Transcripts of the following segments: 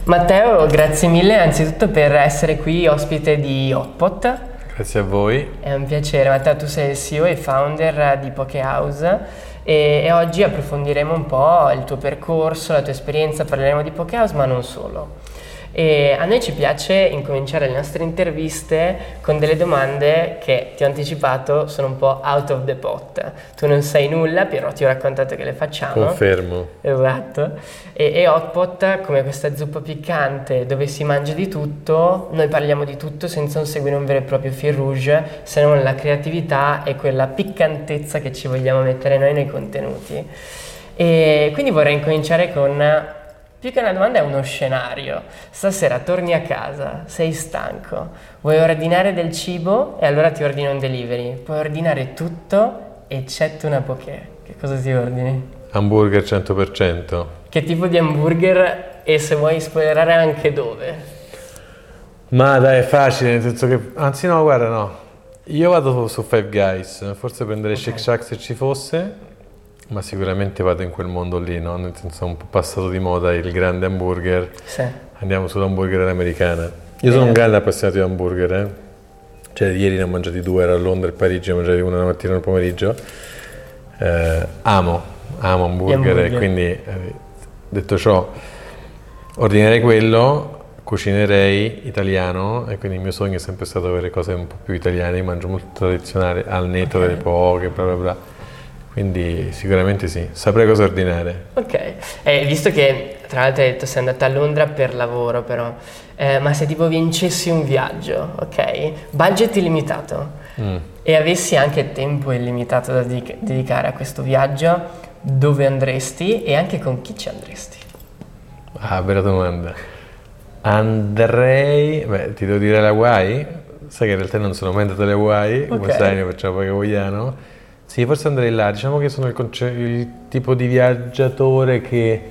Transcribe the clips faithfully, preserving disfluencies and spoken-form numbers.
Matteo, grazie mille anzitutto per essere qui ospite di Hotpot. Grazie a voi. È un piacere. Matteo, tu sei il C E O e founder di Pokehouse e, e oggi approfondiremo un po' il tuo percorso, la tua esperienza, parleremo di Pokehouse ma non solo. E a noi ci piace incominciare le nostre interviste con delle domande che, ti ho anticipato, sono un po' out of the pot. Tu non sai nulla, però ti ho raccontato che le facciamo. Confermo. Esatto. E, e Hotpot, come questa zuppa piccante dove si mangia di tutto, noi parliamo di tutto senza un seguire un vero e proprio fil rouge, se non la creatività e quella piccantezza che ci vogliamo mettere noi nei contenuti. E quindi vorrei incominciare con... più che una domanda è uno scenario. Stasera torni a casa, sei stanco, vuoi ordinare del cibo e allora ti ordini un delivery. Puoi ordinare tutto eccetto una poké. Che cosa ti ordini? Hamburger cento per cento. Che tipo di hamburger e se vuoi spoilerare anche dove? Ma dai, è facile, nel senso che... Anzi no, guarda, no. Io vado su Five Guys, forse prendere okay. Shake Shack se ci fosse... Ma sicuramente vado in quel mondo lì, no? Nel senso, un po' passato di moda il grande hamburger. Sì. Andiamo sull'hamburger all'americana. Io sono eh. un grande appassionato di hamburger, eh. Cioè, ieri ne ho mangiati due, ero a Londra e Parigi, ne ho mangiati uno la mattina e uno pomeriggio. Eh, amo, amo hamburger, hamburger. E quindi, eh, detto ciò, ordinerei quello, cucinerei italiano, e quindi il mio sogno è sempre stato avere cose un po' più italiane. Io mangio molto tradizionale, al netto okay. delle poche, bla bla bla. Quindi sicuramente sì, saprei cosa ordinare. Ok, eh, visto che tra l'altro hai detto sei andata a Londra per lavoro però, eh, ma se tipo vincessi un viaggio, ok? Budget illimitato mm. e avessi anche tempo illimitato da dedic- dedicare a questo viaggio, dove andresti e anche con chi ci andresti? Ah, bella domanda. Andrei, beh, ti devo dire alle Hawaii, sai che in realtà non sono mai andato alle Hawaii, okay. come sai ne facciamo poche hawaiano. Sì, forse andrei là. Diciamo che sono il, conce- il tipo di viaggiatore che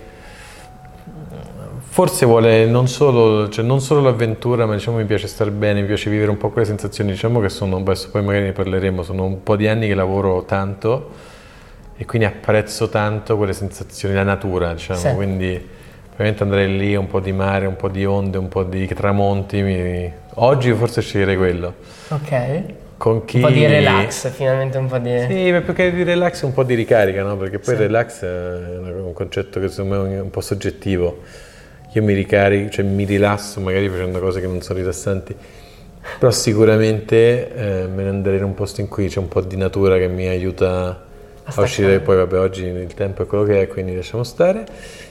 forse vuole non solo, cioè non solo l'avventura, ma diciamo mi piace star bene, mi piace vivere un po' quelle sensazioni. Diciamo che sono, adesso poi magari ne parleremo, sono un po' di anni che lavoro tanto e quindi apprezzo tanto quelle sensazioni, la natura, diciamo. Sì. Quindi probabilmente andrei lì, un po' di mare, un po' di onde, un po' di tramonti. Mi... Oggi forse sceglierei quello. Ok. Con chi... Un po' di relax, finalmente un po' di... Sì, ma più che di relax un po' di ricarica, no? Perché poi sì. il relax è un concetto che secondo me è un po' soggettivo. Io mi ricarico, cioè mi rilasso magari facendo cose che non sono rilassanti, però sicuramente eh, me ne andrei in un posto in cui c'è un po' di natura che mi aiuta a, a uscire. Poi vabbè, oggi il tempo è quello che è, quindi lasciamo stare.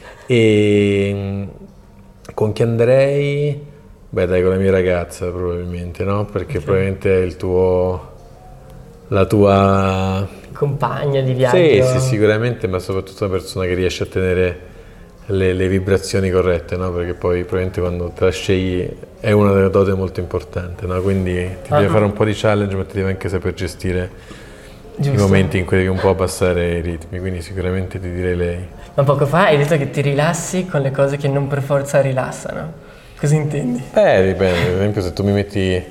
E con chi andrei... Beh dai, con la mia ragazza probabilmente, no? Perché okay. probabilmente è il tuo, la tua... compagna di viaggio. Sì, sì, sicuramente, ma soprattutto una persona che riesce a tenere le, le vibrazioni corrette, no? Perché poi probabilmente quando te la scegli è una delle dote molto importante, no? Quindi ti uh-huh. deve fare un po' di challenge, ma ti deve anche saper gestire Giusto. I momenti in cui devi un po' abbassare i ritmi, quindi sicuramente ti direi lei. Ma poco fa hai detto che ti rilassi con le cose che non per forza rilassano. Cosa intendi? Eh, dipende, per esempio se tu mi metti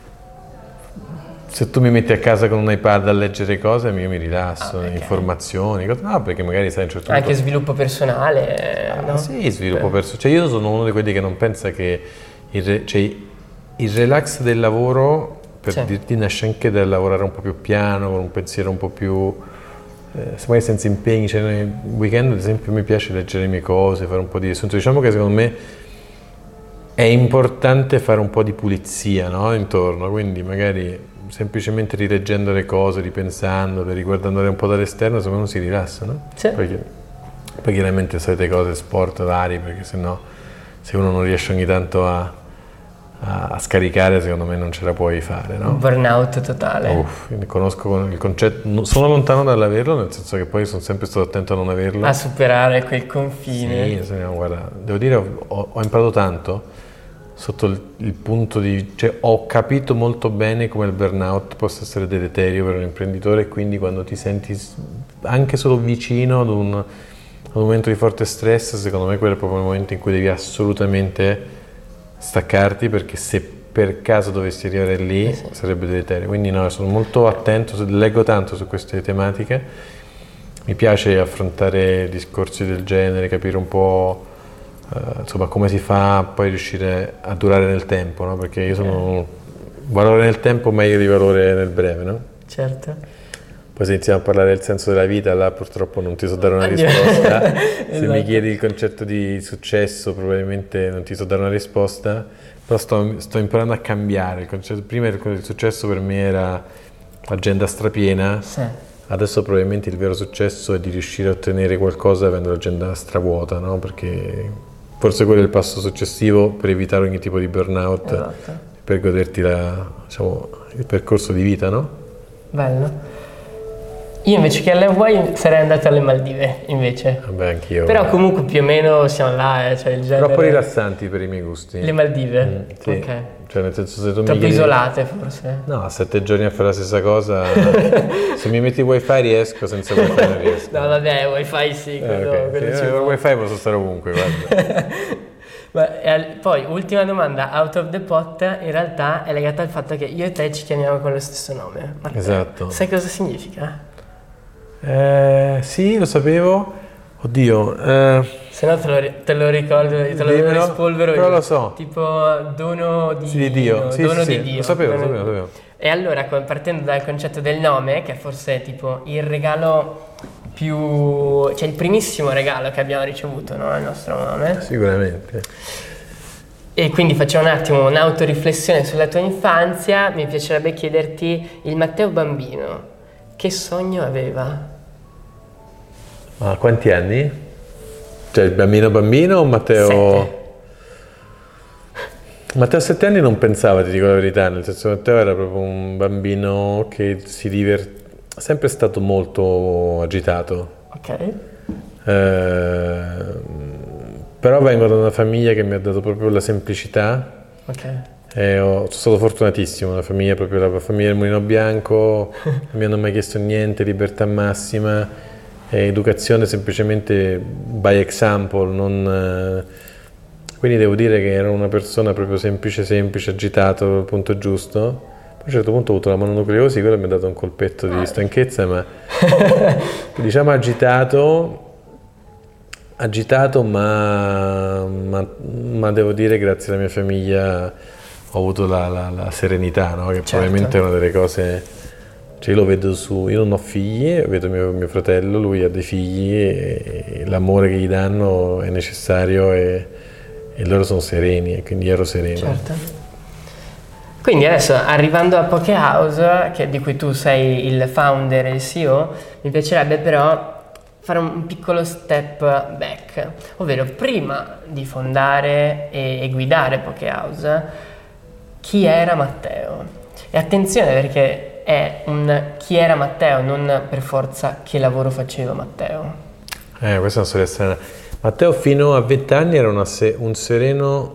se tu mi metti a casa con un iPad a leggere cose, io mi rilasso, ah, okay. informazioni, no, perché magari sai un certo anche punto... sviluppo personale, ah, no? Sì, sviluppo personale, cioè io sono uno di quelli che non pensa che il, re... cioè, il relax del lavoro, per sì. dirti, nasce anche dal lavorare un po' più piano, con un pensiero un po' più... Eh, magari senza impegni, cioè nel weekend ad esempio mi piace leggere le mie cose, fare un po' di riassunto, diciamo che secondo me è importante fare un po' di pulizia, no? Intorno, quindi magari semplicemente rileggendo le cose, ripensandole, riguardandole un po' dall'esterno, secondo me uno si rilassa, no? Sì. Poi, poi chiaramente solite cose, sport vari, perché sennò se uno non riesce ogni tanto a, a, a scaricare, secondo me non ce la puoi fare, no? Un burnout totale. Uff, quindi conosco il concetto, sono lontano dall'averlo, nel senso che poi sono sempre stato attento a non averlo. A superare quel confine. Sì, sì, no, guarda, devo dire, ho, ho imparato tanto sotto il, il punto di... cioè ho capito molto bene come il burnout possa essere deleterio per un imprenditore, e quindi quando ti senti anche solo vicino ad un, ad un momento di forte stress, secondo me quello è proprio il momento in cui devi assolutamente staccarti, perché se per caso dovessi arrivare lì eh sì. sarebbe deleterio. Quindi no, sono molto attento, leggo tanto su queste tematiche, mi piace affrontare discorsi del genere, capire un po' uh, insomma, come si fa a poi riuscire a durare nel tempo, no? Perché io sono valore nel tempo meglio di valore nel breve, no? Certo. Poi se iniziamo a parlare del senso della vita, là purtroppo non ti so dare una risposta. Se Esatto. mi chiedi il concetto di successo, probabilmente non ti so dare una risposta, però sto, sto imparando a cambiare. Il concetto, prima il, il successo per me era l'agenda strapiena, Sì. adesso probabilmente il vero successo è di riuscire a ottenere qualcosa avendo l'agenda stravuota, no? Perché forse quello è il passo successivo per evitare ogni tipo di burnout, Esatto. per goderti la, diciamo, il percorso di vita, no? Bello. Io invece che alle Hawaii sarei andato alle Maldive, invece. Vabbè, anch'io. Però comunque più o meno siamo là, eh, cioè il genere... Troppo rilassanti per i miei gusti. Le Maldive? Mm, sì. Ok. Cioè, nel senso, se tu Troppo mi chiedi... isolate, forse? No, sette giorni a fare la stessa cosa. Se mi metti wifi riesco, senza wifi non riesco. No, vabbè, wifi sì, quello, Eh, ok. quello Sì, ci eh, vuole. wifi posso stare ovunque, guarda. Ma, e al- poi, ultima domanda, out of the pot, in realtà è legata al fatto che io e te ci chiamiamo con lo stesso nome. Matteo. Esatto. Sai cosa significa? Eh, sì, lo sapevo. Oddio. Eh, Se no te lo, ri- te lo ricordo, te lo Dimmelo, rispolvero però io. lo so. Tipo dono di, sì, di Dio. Sì, dono sì, di sì, Dio. lo sapevo, lo Dono sapevo, di- lo sapevo. E allora, come- partendo dal concetto del nome, che forse è tipo il regalo più... cioè il primissimo regalo che abbiamo ricevuto, no? Il nostro nome. Sicuramente. E quindi facciamo un attimo un'autoriflessione sulla tua infanzia. Mi piacerebbe chiederti, il Matteo bambino, che sogno aveva? Ma quanti anni? Cioè, il bambino bambino o Matteo? Sette. Matteo a sette anni non pensava, ti dico la verità, nel senso che Matteo era proprio un bambino che si diverte, è sempre stato molto agitato. Ok. Eh, però vengo da una famiglia che mi ha dato proprio la semplicità. Ok. E ho, sono stato fortunatissimo, una famiglia proprio la famiglia del Mulino Bianco, non mi hanno mai chiesto niente, libertà massima, eh, educazione semplicemente by example, non, eh, quindi devo dire che ero una persona proprio semplice, semplice, agitato al punto giusto. Poi a un certo punto ho avuto la mononucleosi, quello mi ha dato un colpetto di stanchezza, ma diciamo agitato. Agitato, ma, ma, ma devo dire grazie alla mia famiglia ho avuto la, la, la serenità, no? Che Certo. probabilmente è una delle cose, cioè io lo vedo su, io non ho figli, vedo mio, mio fratello, lui ha dei figli e, e l'amore che gli danno è necessario e, e loro sono sereni e quindi ero sereno. Certo. Quindi adesso, arrivando a Poké House, che, di cui tu sei il founder e il C E O, mi piacerebbe però fare un piccolo step back, ovvero prima di fondare e, e guidare Poké House, chi era Matteo? E attenzione, perché è un chi era Matteo, non per forza che lavoro faceva Matteo. Eh, questa è una storia strana. Matteo fino a venti anni era una se- un sereno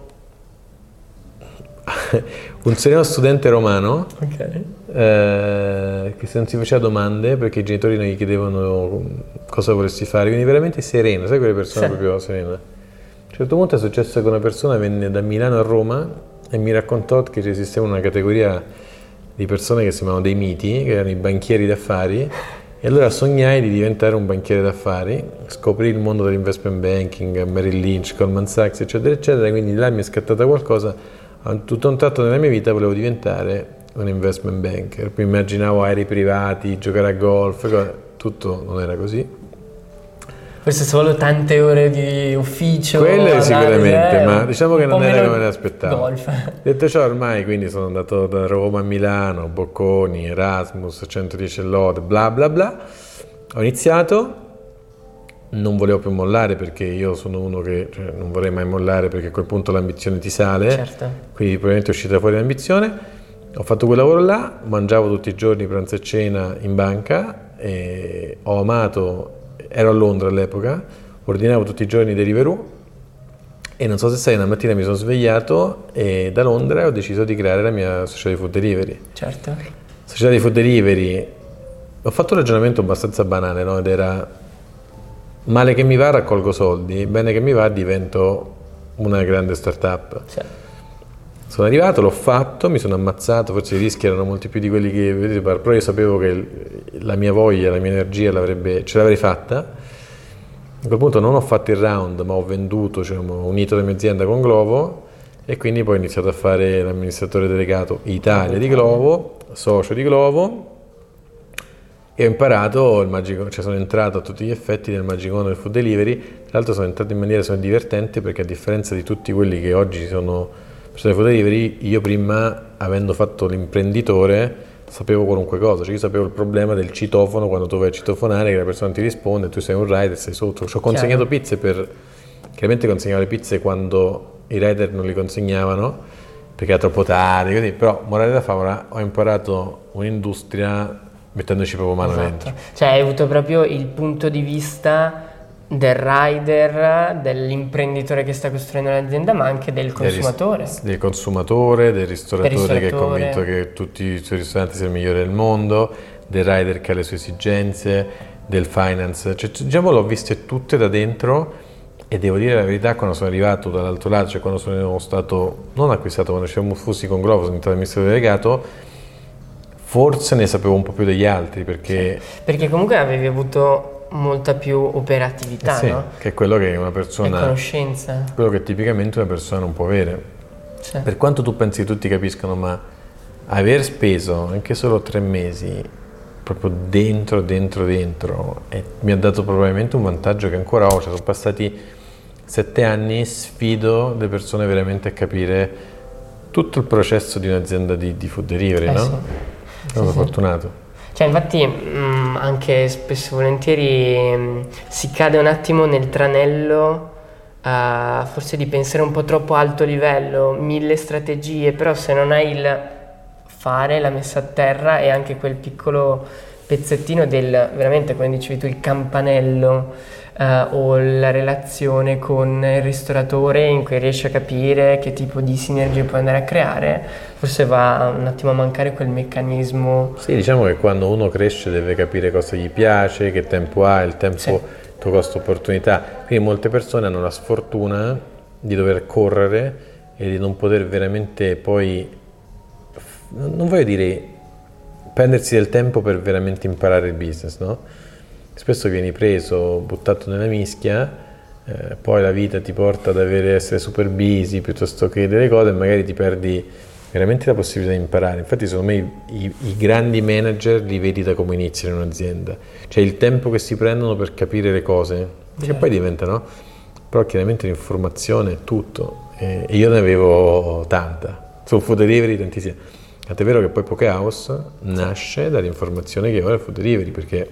un sereno studente romano, Ok. eh, che se non si faceva domande perché i genitori non gli chiedevano cosa vorresti fare, quindi veramente sereno, sai quelle persone Sì. proprio serene. A un certo punto è successo che una persona venne da Milano a Roma e mi raccontò che esisteva una categoria di persone che si chiamavano dei miti, che erano i banchieri d'affari, e allora sognai di diventare un banchiere d'affari, scoprì il mondo dell'investment banking, Merrill Lynch, Goldman Sachs, eccetera, eccetera, quindi là mi è scattata qualcosa. A tutto un tratto nella mia vita volevo diventare un investment banker, mi immaginavo aerei privati, giocare a golf, tutto non era così. Forse solo tante ore di ufficio. Quello analisi, sicuramente, eh, ma un diciamo che po' non era meno come me l'aspettavo. Golf. Detto ciò, ormai quindi sono andato da Roma a Milano, Bocconi, Erasmus, centodieci Lode, bla bla bla. Ho iniziato, non volevo più mollare perché io sono uno che cioè, non vorrei mai mollare perché a quel punto l'ambizione ti sale, Certo. quindi probabilmente è uscita fuori l'ambizione. Ho fatto quel lavoro là, mangiavo tutti i giorni pranzo e cena in banca, e ho amato, ero a Londra all'epoca, ordinavo tutti i giorni Deliveroo e non so se sai, una mattina mi sono svegliato e da Londra ho deciso di creare la mia società di food delivery. Certo. Società di food delivery, ho fatto un ragionamento abbastanza banale, no? Ed era male che mi va raccolgo soldi, bene che mi va divento una grande startup. Sì. Sono arrivato, l'ho fatto, mi sono ammazzato, forse i rischi erano molti più di quelli che vedete, però io sapevo che la mia voglia, la mia energia l'avrebbe, ce l'avrei fatta. A quel punto non ho fatto il round, ma ho venduto, cioè ho unito la mia azienda con Glovo e quindi poi ho iniziato a fare l'amministratore delegato Italia di Glovo, socio di Glovo, e ho imparato il Magicone, cioè sono entrato a tutti gli effetti nel Magicone del food delivery. Tra l'altro sono entrato in maniera sono divertente, perché a differenza di tutti quelli che oggi sono persone food delivery, io prima, avendo fatto l'imprenditore, sapevo qualunque cosa. Cioè io sapevo il problema del citofono, quando tu vai a citofonare che la persona ti risponde, tu sei un rider, sei sotto. Ci ho consegnato Chiaro. pizze per chiaramente consegnavo le pizze quando i rider non li consegnavano perché era troppo tardi, così. Però morale da favola, ho imparato un'industria mettendoci proprio mano esatto. dentro. Cioè hai avuto proprio il punto di vista del rider, dell'imprenditore che sta costruendo l'azienda, ma anche del consumatore. Del, ris- del consumatore, del ristoratore, ristoratore che è convinto che tutti i suoi ristoranti siano il migliore del mondo, del rider che ha le sue esigenze, del finance. Cioè, diciamo, l'ho viste tutte da dentro, e devo dire la verità, quando sono arrivato dall'altro lato, cioè quando sono stato, non acquistato, quando ci siamo fusi con Glovo, sono diventato amministratore delegato, forse ne sapevo un po' più degli altri, perché... Sì. Perché comunque avevi avuto molta più operatività, eh sì, no? che è quello che una persona... E conoscenza. Quello che tipicamente una persona non può avere. Sì. Per quanto tu pensi che tutti capiscano, ma aver speso anche solo tre mesi proprio dentro, dentro, dentro, e mi ha dato probabilmente un vantaggio che ancora ho. Cioè, sono passati sette anni, sfido le persone veramente a capire tutto il processo di un'azienda di, di food delivery, eh no? Sì. Sono sì, fortunato. Sì. Cioè, infatti, mh, anche spesso e volentieri mh, si cade un attimo nel tranello, uh, forse di pensare un po' troppo alto livello, mille strategie, però se non hai il fare, la messa a terra e anche quel piccolo pezzettino del, veramente, come dicevi tu, il campanello uh, o la relazione con il ristoratore in cui riesci a capire che tipo di sinergie puoi andare a creare, forse va un attimo a mancare quel meccanismo. Sì, diciamo che quando uno cresce deve capire cosa gli piace, che tempo ha, il tempo, sì. tuo costo opportunità. Quindi molte persone hanno la sfortuna di dover correre e di non poter veramente poi, non voglio dire prendersi del tempo per veramente imparare il business, no? Spesso vieni preso, buttato nella mischia, eh, poi la vita ti porta ad avere, essere super busy piuttosto che delle cose, e magari ti perdi veramente la possibilità di imparare. Infatti secondo me i, i grandi manager li vedi da come iniziano in un'azienda, cioè il tempo che si prendono per capire le cose, che poi diventano, però chiaramente l'informazione è tutto, e io ne avevo tanta, sul food delivery tantissima. Tant'è vero che poi Pokehouse nasce dall'informazione che ho del food delivery, perché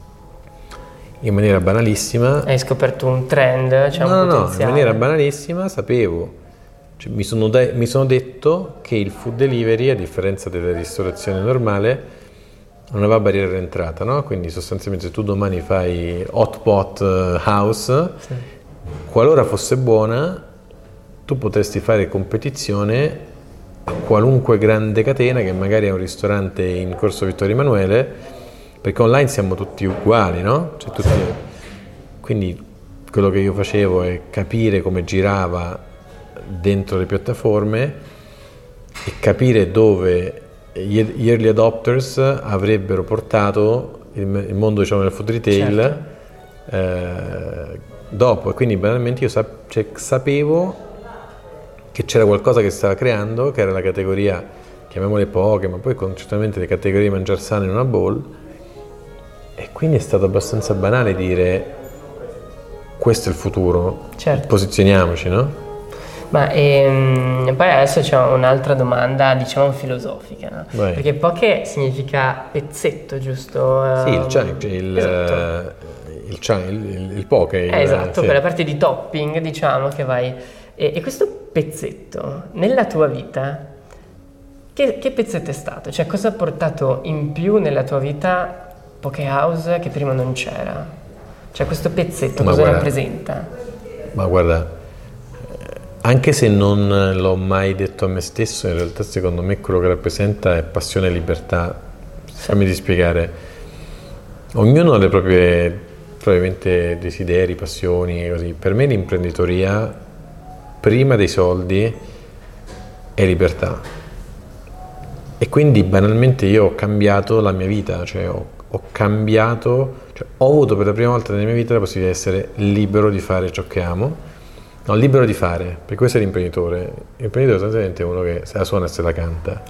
in maniera banalissima... Hai scoperto un trend, cioè no, un no, potenziale. No, in maniera banalissima sapevo, cioè, mi, sono de- mi sono detto che il food delivery, a differenza della ristorazione normale, non aveva barriera d'entrata, no? Quindi sostanzialmente se tu domani fai hot pot house, sì. qualora fosse buona, tu potresti fare competizione a qualunque grande catena che magari è un ristorante in Corso Vittorio Emanuele, perché online siamo tutti uguali, no? Cioè tutti... Quindi quello che io facevo è capire come girava dentro le piattaforme e capire dove gli early adopters avrebbero portato il, il mondo, diciamo, del food retail, certo. eh, dopo. E quindi banalmente io sap- cioè, sapevo che c'era qualcosa che stava creando, che era la categoria, chiamiamole poche, ma poi concettualmente le categorie di mangiar sano in una bowl, e quindi è stato abbastanza banale dire questo è il futuro, certo. posizioniamoci, no? Ma ehm, poi adesso c'è un'altra domanda, diciamo, filosofica, no? Perché poche significa pezzetto, giusto? Sì, il chunk, il, esatto. il, chunk, il, il poke. Eh, esatto, sì. Quella parte di topping, diciamo, che vai... E, e questo pezzetto, nella tua vita, che, che pezzetto è stato? Cioè, cosa ha portato in più nella tua vita Pokehouse che prima non c'era? Cioè, questo pezzetto ma cosa guarda, rappresenta? Ma guarda, anche se non l'ho mai detto a me stesso, in realtà secondo me quello che rappresenta è passione e libertà. Fammi di spiegare. Ognuno ha le proprie, probabilmente, desideri, passioni, così. Per me l'imprenditoria, prima dei soldi, è libertà. E quindi banalmente io ho cambiato la mia vita, cioè ho, ho cambiato, cioè ho avuto per la prima volta nella mia vita la possibilità di essere libero di fare ciò che amo, no, libero di fare, perché questo è l'imprenditore, l'imprenditore sostanzialmente è uno che se la suona e se la canta.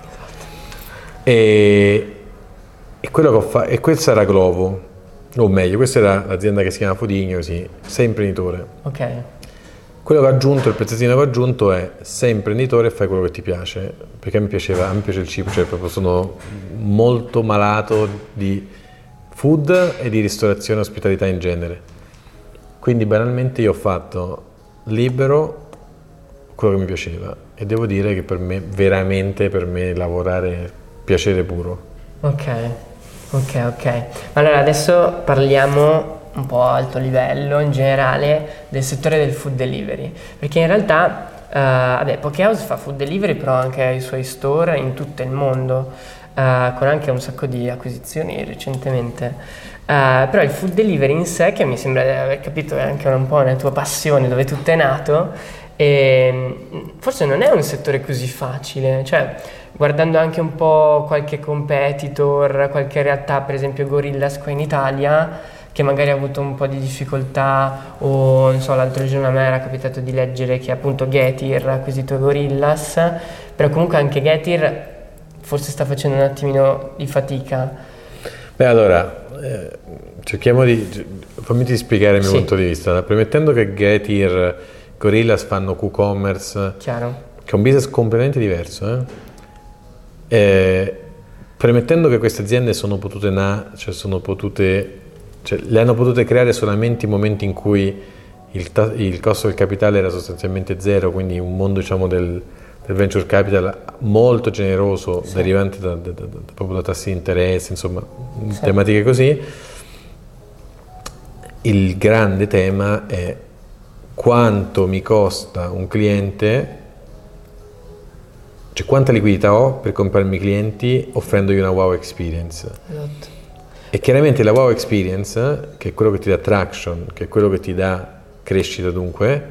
E, e quello che ho fatto, e questa era Glovo, o meglio, questa era l'azienda che si chiama Fodigno, così, sei imprenditore. Ok. Quello che ho aggiunto, il pezzettino che ho aggiunto è sei imprenditore e fai quello che ti piace, perché a me piaceva, a me piace il cibo, cioè proprio sono molto malato di food e di ristorazione e ospitalità in genere. Quindi banalmente io ho fatto libero quello che mi piaceva e devo dire che per me, veramente per me, lavorare è piacere puro. Ok, ok, ok. Allora adesso parliamo un po' a alto livello in generale del settore del food delivery, perché in realtà uh, vabbè, Pokehouse fa food delivery, però anche ha i suoi store in tutto il mondo, uh, con anche un sacco di acquisizioni recentemente. Uh, però il food delivery in sé, che mi sembra di aver capito è anche un po' una tua passione, dove tutto è nato, e forse non è un settore così facile, cioè guardando anche un po' qualche competitor, qualche realtà, per esempio Gorillas qua in Italia, che magari ha avuto un po' di difficoltà, o non so, l'altro giorno a me era capitato di leggere che appunto Getir ha acquisito Gorillas, però comunque anche Getir forse sta facendo un attimino di fatica. Beh, allora, eh, cerchiamo di, fammi ti spiegare il mio sì. punto di vista, premettendo che Getir, Gorillas fanno Q-commerce, chiaro, che è un business completamente diverso, eh? Eh, premettendo che queste aziende sono potute na- cioè sono potute Cioè, le hanno potute creare solamente in momenti in cui il, ta- il costo del capitale era sostanzialmente zero, quindi un mondo, diciamo, del, del venture capital molto generoso, sì. derivante da, da, da, da, proprio da tassi di interesse, insomma, sì. tematiche così. Il grande tema è quanto mi costa un cliente, cioè quanta liquidità ho per comprarmi clienti offrendogli una wow experience. Esatto. E chiaramente la wow experience, che è quello che ti dà traction, che è quello che ti dà crescita dunque,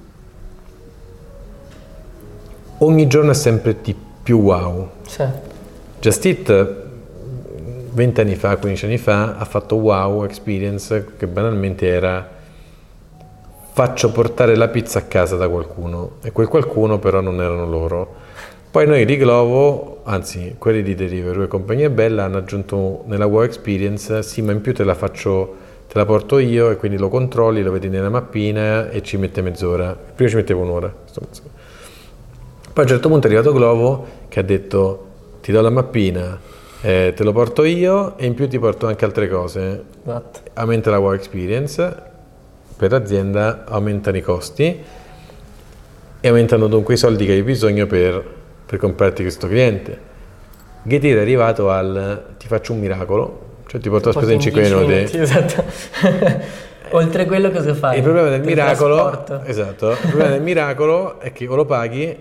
ogni giorno è sempre di più wow. Sì. Just Eat venti anni fa, quindici anni fa, ha fatto wow experience che banalmente era faccio portare la pizza a casa da qualcuno, e quel qualcuno però non erano loro. Poi noi di Glovo, anzi quelli di Deliveroo e compagnia bella, hanno aggiunto nella wow experience, sì, ma in più te la faccio, te la porto io, e quindi lo controlli, lo vedi nella mappina e ci mette mezz'ora. Prima ci mettevo un'ora. Poi a un certo punto è arrivato Glovo che ha detto ti do la mappina, eh, te lo porto io e in più ti porto anche altre cose. Esatto. Aumenta la wow experience, per l'azienda aumentano i costi e aumentano dunque i soldi che hai bisogno per per comprarti questo cliente. Getir è arrivato al ti faccio un miracolo, cioè ti porto a spesa in cinque minuti. Esatto. Oltre quello cosa fai? Il problema del miracolo, esatto, il problema del miracolo è che o lo paghi,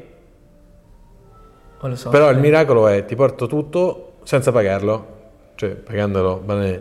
o lo so, però il miracolo è ti porto tutto senza pagarlo, cioè pagandolo, ma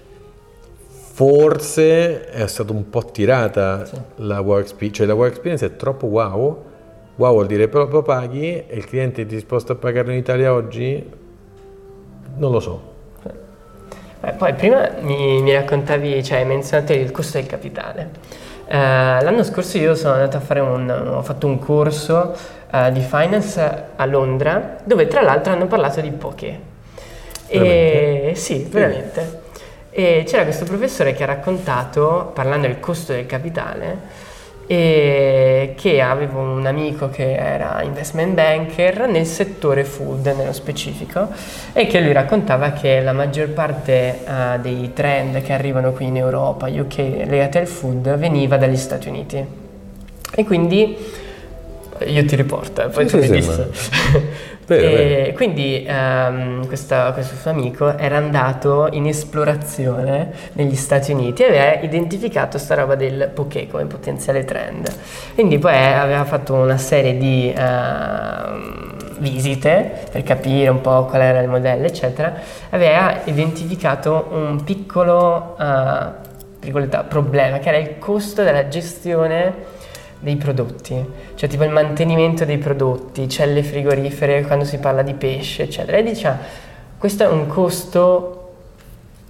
forse è stato un po' tirata, sì. la wow experience, cioè la wow experience è troppo wow. Wow vuol dire proprio paghi e il cliente è disposto a pagarlo in Italia oggi? Non lo so. Eh, poi prima mi, mi raccontavi, cioè hai menzionato il costo del capitale. Eh, l'anno scorso io sono andato a fare un, ho fatto un corso eh, di finance a Londra, dove tra l'altro hanno parlato di poke. E sì, veramente. E c'era questo professore che ha raccontato, parlando del costo del capitale, e che avevo un amico che era investment banker nel settore food nello specifico, e che lui raccontava che la maggior parte uh, dei trend che arrivano qui in Europa, U K, legati al food veniva dagli Stati Uniti, e quindi io ti riporto, poi tu mi dici. E quindi um, questa, questo suo amico era andato in esplorazione negli Stati Uniti e aveva identificato sta roba del poké come potenziale trend. Quindi poi aveva fatto una serie di uh, visite per capire un po' qual era il modello, eccetera. Aveva identificato un piccolo uh, problema, che era il costo della gestione dei prodotti, cioè tipo il mantenimento dei prodotti, celle frigorifere quando si parla di pesce, eccetera. E diciamo, questo è un costo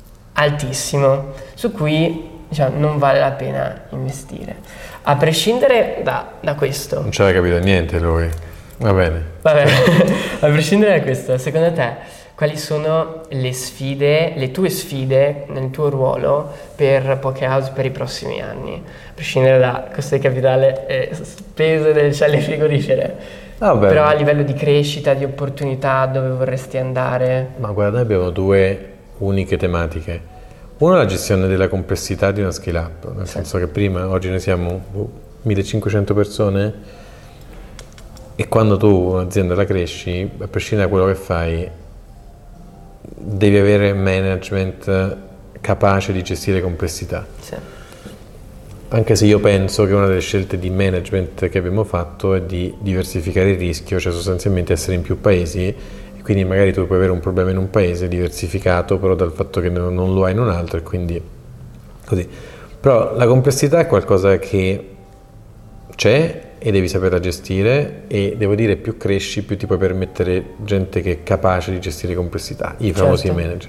altissimo, su cui diciamo, non vale la pena investire. A prescindere da, da questo. Non ci aveva capito niente lui. Va bene. Vabbè, a prescindere da questo, secondo te quali sono le sfide, le tue sfide nel tuo ruolo per Pokehouse per i prossimi anni? A prescindere da costo di capitale e spese del celle frigorifere. Ah, però a livello di crescita, di opportunità, dove vorresti andare? Ma guarda, noi abbiamo due uniche tematiche. Una è la gestione della complessità di una scale up, nel sì. senso che prima, oggi noi siamo uh, millecinquecento persone e quando tu un'azienda la cresci, a prescindere da quello che fai, devi avere management capace di gestire complessità. Sì. Anche se io penso che una delle scelte di management che abbiamo fatto è di diversificare il rischio, cioè sostanzialmente essere in più paesi, e quindi magari tu puoi avere un problema in un paese diversificato, però dal fatto che non lo hai in un altro, e quindi così. Però la complessità è qualcosa che c'è e devi saperla gestire, e devo dire più cresci più ti puoi permettere gente che è capace di gestire complessità, i famosi certo. manager.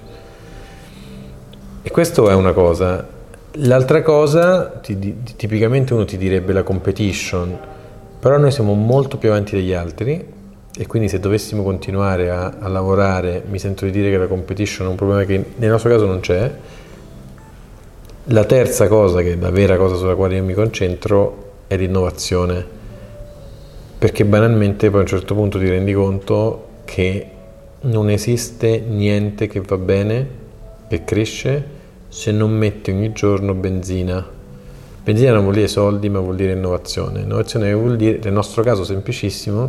E questo è una cosa. L'altra cosa, ti, tipicamente uno ti direbbe la competition, però noi siamo molto più avanti degli altri, e quindi se dovessimo continuare a, a lavorare, mi sento di dire che la competition è un problema che nel nostro caso non c'è. La terza cosa, che è la vera cosa sulla quale io mi concentro, è l'innovazione, perché banalmente poi a un certo punto ti rendi conto che non esiste niente che va bene, che cresce, se non metti ogni giorno benzina. Benzina non vuol dire soldi, ma vuol dire innovazione. Innovazione vuol dire, nel nostro caso semplicissimo,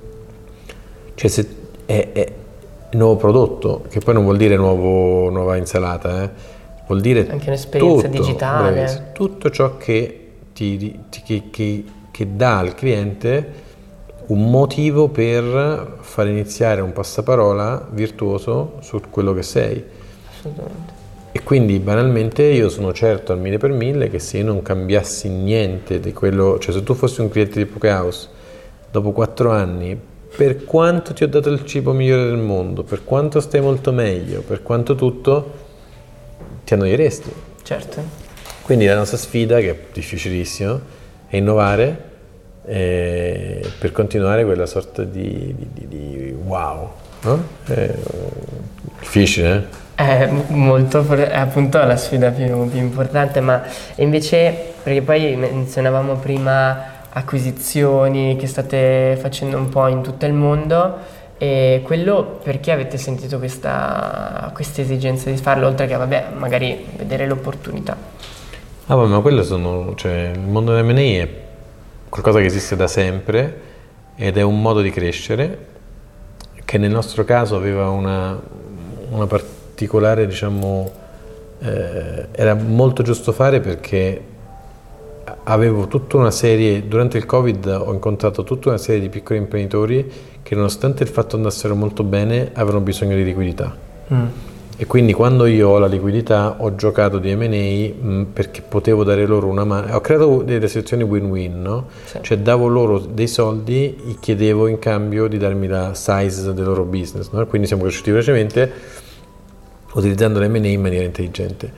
cioè se è, è nuovo prodotto, che poi non vuol dire nuovo, nuova insalata, eh. vuol dire anche un'esperienza tutto, digitale. Bravissimo, tutto ciò che, ti, ti, che, che, che dà al cliente un motivo per far iniziare un passaparola virtuoso su quello che sei. Assolutamente. E quindi banalmente io sono certo al mille per mille che se io non cambiassi niente di quello, cioè se tu fossi un cliente di Pokehouse dopo quattro anni, per quanto ti ho dato il cibo migliore del mondo, per quanto stai molto meglio, per quanto tutto, ti annoieresti. Certo. Quindi la nostra sfida, che è difficilissima, è innovare eh, per continuare quella sorta di, di, di, di wow, no? È difficile, eh? È molto, è appunto la sfida più, più importante, ma invece, perché poi menzionavamo prima acquisizioni che state facendo un po' in tutto il mondo, e quello perché avete sentito questa, questa esigenza di farlo, oltre che vabbè magari vedere l'opportunità? Ah, ma quello sono, cioè il mondo dell'M and A è qualcosa che esiste da sempre ed è un modo di crescere che nel nostro caso aveva una, una particolare, diciamo, eh, era molto giusto fare perché avevo tutta una serie, durante il Covid ho incontrato tutta una serie di piccoli imprenditori che nonostante il fatto andassero molto bene avevano bisogno di liquidità. Mm. E quindi quando io ho la liquidità ho giocato di M and A mh, perché potevo dare loro una mano, ho creato delle situazioni win-win, no? Sì. Cioè davo loro dei soldi, gli chiedevo in cambio di darmi la size del loro business, no? Quindi siamo cresciuti velocemente utilizzando l'M and A in maniera intelligente.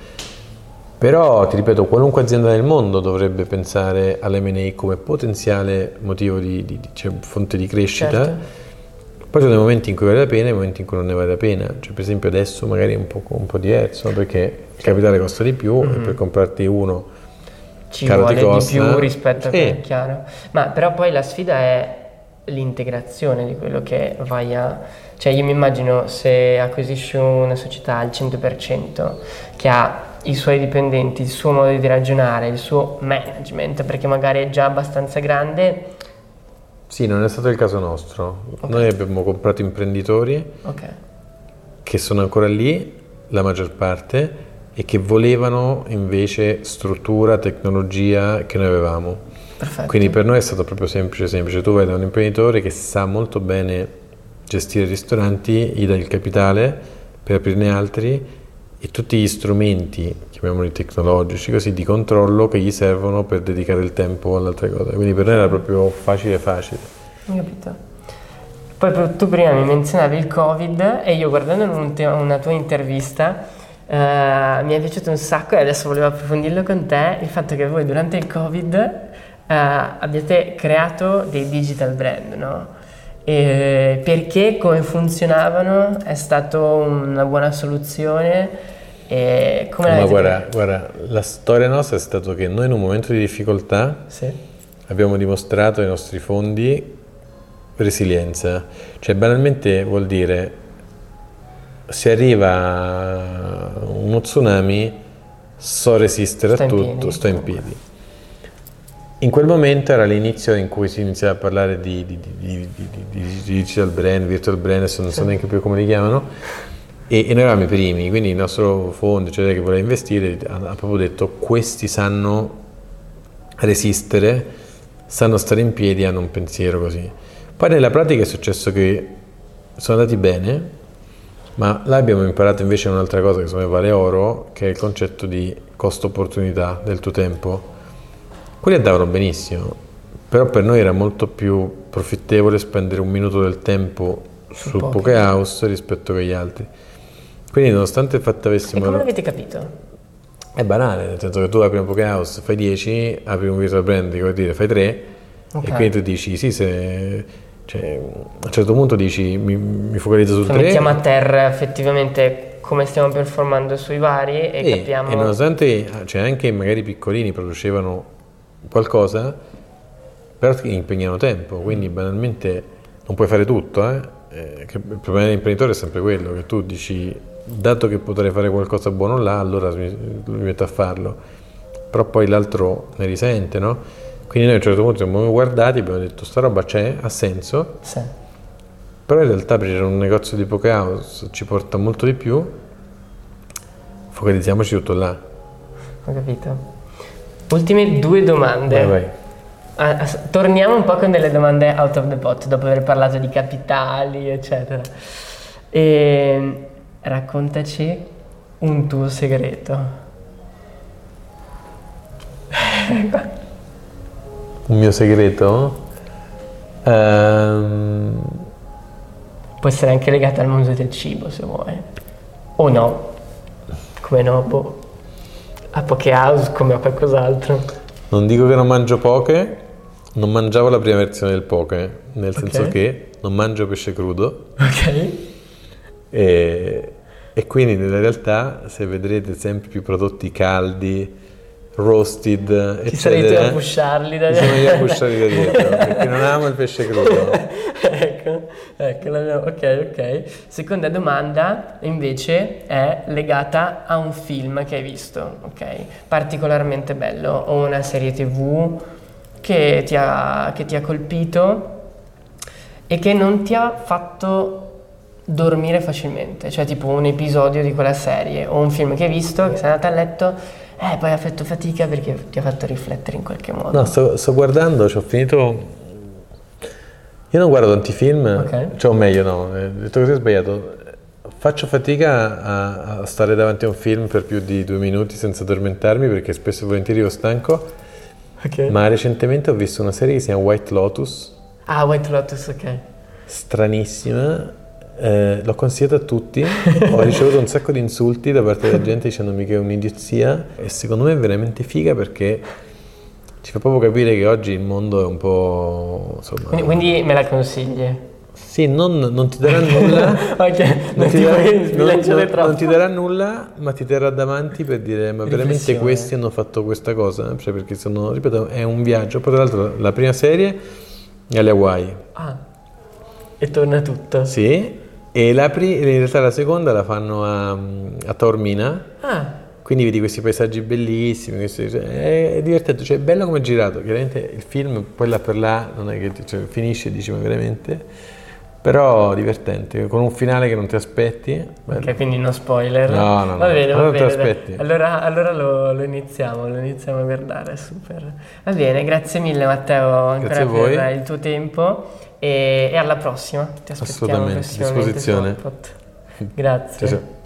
Però, ti ripeto, qualunque azienda del mondo dovrebbe pensare all'M and A come potenziale motivo di, di, di cioè fonte di crescita. Certo. Poi ci sono dei momenti in cui vale la pena e momenti in cui non ne vale la pena. Cioè, per esempio adesso magari è un po', un po' diverso, perché il capitale costa di più, mm-hmm. e per comprarti uno ci caro vuole ti costa. Di più rispetto sì. a quello chiaro. Ma però poi la sfida è l'integrazione di quello che vai a... Cioè io mi immagino se acquisisci una società al cento per cento che ha i suoi dipendenti, il suo modo di ragionare, il suo management, perché magari è già abbastanza grande. Sì, non è stato il caso nostro. Okay. Noi abbiamo comprato imprenditori okay. che sono ancora lì, la maggior parte, e che volevano invece struttura, tecnologia che noi avevamo. Perfetto. Quindi per noi è stato proprio semplice, semplice. Tu vai da un imprenditore che sa molto bene gestire ristoranti, gli dai il capitale per aprirne altri e tutti gli strumenti, chiamiamoli tecnologici, così di controllo che gli servono per dedicare il tempo alle altre cose. Quindi per noi era proprio facile facile. Ho capito. Poi tu prima mi menzionavi il Covid e io guardando un te- una tua intervista, mi è piaciuto un sacco e adesso volevo approfondirlo con te, il fatto che voi durante il Covid uh, abbiate creato dei digital brand, no? E perché, come funzionavano, è stata una buona soluzione e come Ma l'avete guarda, guarda, la storia nostra è stata che noi in un momento di difficoltà sì. abbiamo dimostrato ai nostri fondi resilienza, cioè banalmente vuol dire se arriva uno tsunami so resistere sto a tutto, piedi. sto in piedi. In quel momento era l'inizio in cui si iniziava a parlare di, di, di, di, di, di digital brand, virtual brand, adesso non so neanche più come li chiamano, e, e noi eravamo i primi, quindi il nostro fondo, cioè che voleva investire, ha, ha proprio detto questi sanno resistere, sanno stare in piedi, hanno un pensiero così. Poi nella pratica è successo che sono andati bene, ma là abbiamo imparato invece un'altra cosa che secondo me vale oro, che è il concetto di costo-opportunità del tuo tempo. Quelli andavano benissimo, però per noi era molto più profittevole spendere un minuto del tempo Su sul poche. poke house rispetto che gli altri. Quindi nonostante il fatto avessimo... E come l'avete capito? È banale, nel senso che tu apri un poke house, fai dieci, apri un virtual brand, che vuol dire, fai tre, Okay. e quindi tu dici, sì, se... Cioè, a un certo punto dici, mi, mi focalizzo sul Cioè, tre. mettiamo a terra effettivamente come stiamo performando sui vari e, e, capiamo... e nonostante, cioè anche magari piccolini producevano qualcosa, però ti impegnano tempo, quindi banalmente non puoi fare tutto, eh? Eh, che il problema dell'imprenditore è sempre quello, che tu dici, dato che potrei fare qualcosa buono là, allora mi, mi metto a farlo, però poi l'altro ne risente, no? Quindi noi a un certo punto siamo guardati e abbiamo detto, sta roba c'è, ha senso, Sì. però in realtà aprire un negozio di poke house ci porta molto di più, focalizziamoci tutto là. Ho capito. Ultime due domande. Vai, vai. Ah, ah, torniamo un po' con delle domande out of the pot, dopo aver parlato di capitali, eccetera. E raccontaci un tuo segreto. Un mio segreto? Um... Può essere anche legato al mondo del cibo, se vuoi. O no. Come no, boh. A poke house come a qualcos'altro. Non dico che non mangio poke, non mangiavo la prima versione del poke, nel senso Ok. che non mangio pesce crudo. Ok. E, e quindi nella realtà, se vedrete sempre più prodotti caldi, roasted, Ci sarei tu eccetera, a pusharli da mi sono io a pusharli da dietro, perché non amo il pesce crudo. ecco, ecco, l'abbiamo- ok, ok. Seconda domanda invece è legata a un film che hai visto, ok? Particolarmente bello, o una serie tivù che ti ha, che ti ha colpito e che non ti ha fatto dormire facilmente, cioè tipo un episodio di quella serie o un film che hai visto, che sei andato a letto e poi ha fatto fatica perché ti ha fatto riflettere in qualche modo. No, sto, sto guardando, ci ho finito. Io non guardo tanti film, Ok. cioè o meglio no, eh, detto così è sbagliato. Faccio fatica a, a stare davanti a un film per più di due minuti senza addormentarmi perché spesso e volentieri io stanco. Ok. Ma recentemente ho visto una serie che si chiama White Lotus, Ah, White Lotus, ok. stranissima. Eh, l'ho consigliata a tutti, ho ricevuto un sacco di insulti da parte della gente dicendomi che è un'idiozia e secondo me è veramente figa perché ci fa proprio capire che oggi il mondo è un po' insomma, Quindi, quindi me la consigli? sì, non, non ti darà nulla, Ok, non non ti, ti darà, puoi non- sbilanciare non- troppo. non ti darà nulla, ma ti terrà davanti per dire ma veramente Riflessione. questi hanno fatto questa cosa, cioè perché sono, ripeto, è un viaggio. Poi tra l'altro la prima serie è alle Hawaii, Ah, e torna tutto. sì, e la pri- in realtà la seconda la fanno a, a Taormina, Ah, quindi vedi questi paesaggi bellissimi, questi- cioè, è, è divertente, cioè è bello come è girato, chiaramente il film poi là per là non è che ti- cioè, finisce e dici ma veramente, però divertente, con un finale che non ti aspetti. Bello. ok, quindi no spoiler. No, no, no. Va bene, va Allora te bene. dai. aspetti. Allora, allora lo, lo iniziamo, lo iniziamo a guardare, super. Va bene, grazie mille Matteo ancora Grazie a voi. per il tuo tempo e, e alla prossima. Ti aspettiamo Assolutamente, prossimamente su disposizione. Hotpot. Grazie. Ciao, ciao.